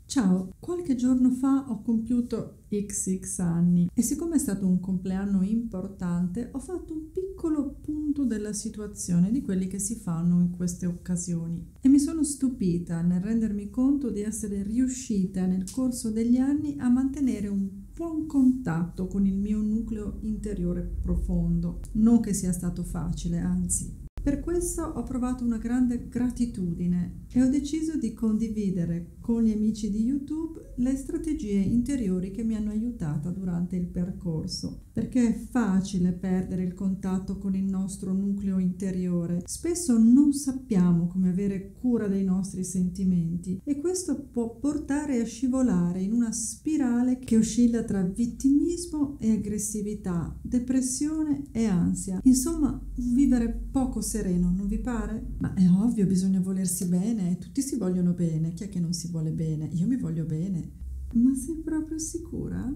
Ciao, qualche giorno fa ho compiuto XX anni e siccome è stato un compleanno importante ho fatto un piccolo punto della situazione di quelli che si fanno in queste occasioni e mi sono stupita nel rendermi conto di essere riuscita nel corso degli anni a mantenere un buon contatto con il mio nucleo interiore profondo. Non che sia stato facile, anzi. Per questo ho provato una grande gratitudine e ho deciso di condividere con gli amici di YouTube le strategie interiori che mi hanno aiutata durante il percorso, perché è facile perdere il contatto con il nostro nucleo interiore. Spesso non sappiamo come avere cura dei nostri sentimenti e questo può portare a scivolare in una spirale che oscilla tra vittimismo e aggressività, depressione e ansia. Insomma, un vivere poco sereno, non vi pare? Ma è ovvio, bisogna volersi bene, tutti si vogliono bene, chi è che non si vuole bene? Io mi voglio bene. Ma sei proprio sicura?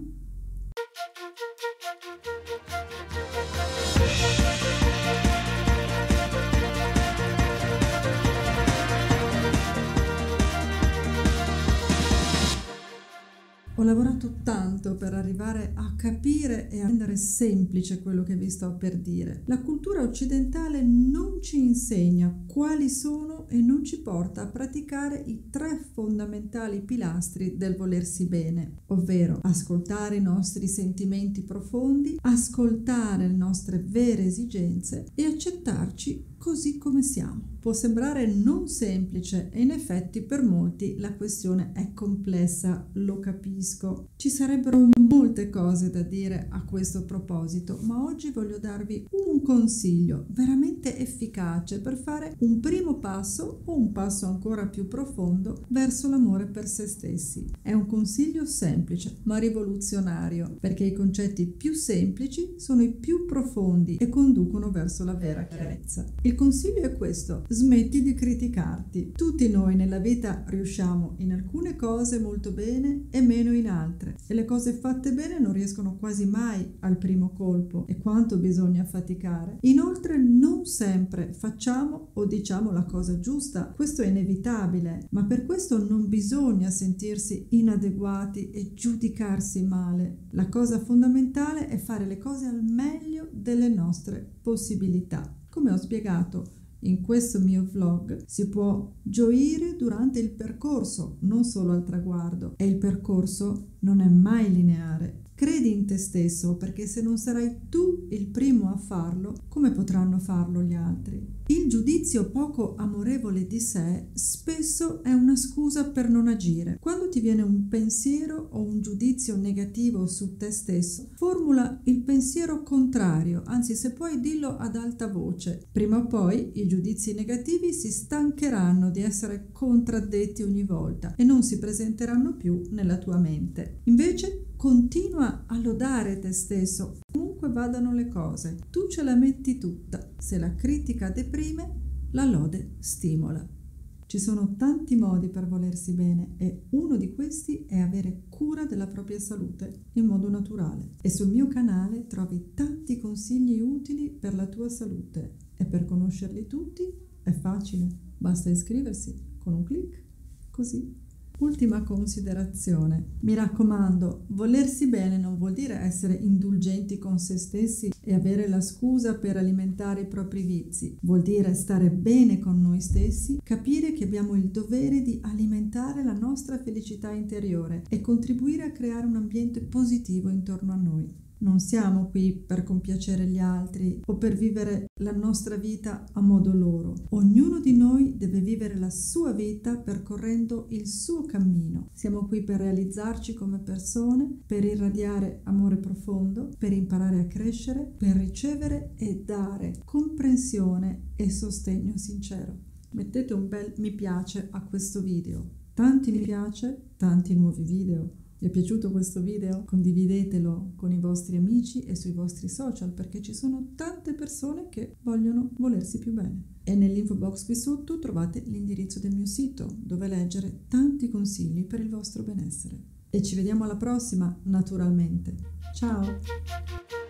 Ho lavorato tanto per arrivare a capire e a rendere semplice quello che vi sto per dire. La cultura occidentale non ci insegna quali sono e non ci porta a praticare i 3 fondamentali pilastri del volersi bene, ovvero ascoltare i nostri sentimenti profondi, ascoltare le nostre vere esigenze e accettarci così come siamo. Può sembrare non semplice e in effetti per molti la questione è complessa, lo capisco. Ci sarebbero molte cose da dire a questo proposito, ma oggi voglio darvi un consiglio veramente efficace per fare un primo passo o un passo ancora più profondo verso l'amore per se stessi. È un consiglio semplice ma rivoluzionario, perché i concetti più semplici sono i più profondi e conducono verso la vera chiarezza. Il consiglio è questo: smetti di criticarti. Tutti noi nella vita riusciamo in alcune cose molto bene e meno in altre, e le cose fatte bene non riescono quasi mai al primo colpo, e quanto bisogna faticare. Inoltre non sempre facciamo o diciamo la cosa giusta, questo è inevitabile, ma per questo non bisogna sentirsi inadeguati e giudicarsi male. La cosa fondamentale è fare le cose al meglio delle nostre possibilità. Come ho spiegato in questo mio vlog, si può gioire durante il percorso, non solo al traguardo, e il percorso non è mai lineare. Credi in te stesso, perché se non sarai tu il primo a farlo, come potranno farlo gli altri? Il giudizio poco amorevole di sé spesso è una scusa per non agire. Quando ti viene un pensiero o un giudizio negativo su te stesso, formula il pensiero contrario, anzi se puoi dillo ad alta voce. Prima o poi i giudizi negativi si stancheranno di essere contraddetti ogni volta e non si presenteranno più nella tua mente. Invece continua a lodare te stesso, comunque vadano le cose. Tu ce la metti tutta. Se la critica deprime, la lode stimola. Ci sono tanti modi per volersi bene e uno di questi è avere cura della propria salute in modo naturale. E sul mio canale trovi tanti consigli utili per la tua salute e per conoscerli tutti è facile, basta iscriversi con un clic, così. Ultima considerazione, mi raccomando, volersi bene non vuol dire essere indulgenti con se stessi e avere la scusa per alimentare i propri vizi, vuol dire stare bene con noi stessi, capire che abbiamo il dovere di alimentare la nostra felicità interiore e contribuire a creare un ambiente positivo intorno a noi. Non siamo qui per compiacere gli altri o per vivere la nostra vita a modo loro. Ognuno di noi deve vivere la sua vita percorrendo il suo cammino. Siamo qui per realizzarci come persone, per irradiare amore profondo, per imparare a crescere, per ricevere e dare comprensione e sostegno sincero. Mettete un bel mi piace a questo video. Tanti mi piace, tanti nuovi video. Vi è piaciuto questo video? Condividetelo con i vostri amici e sui vostri social, perché ci sono tante persone che vogliono volersi più bene. E nell'info box qui sotto trovate l'indirizzo del mio sito, dove leggere tanti consigli per il vostro benessere. E ci vediamo alla prossima, naturalmente. Ciao!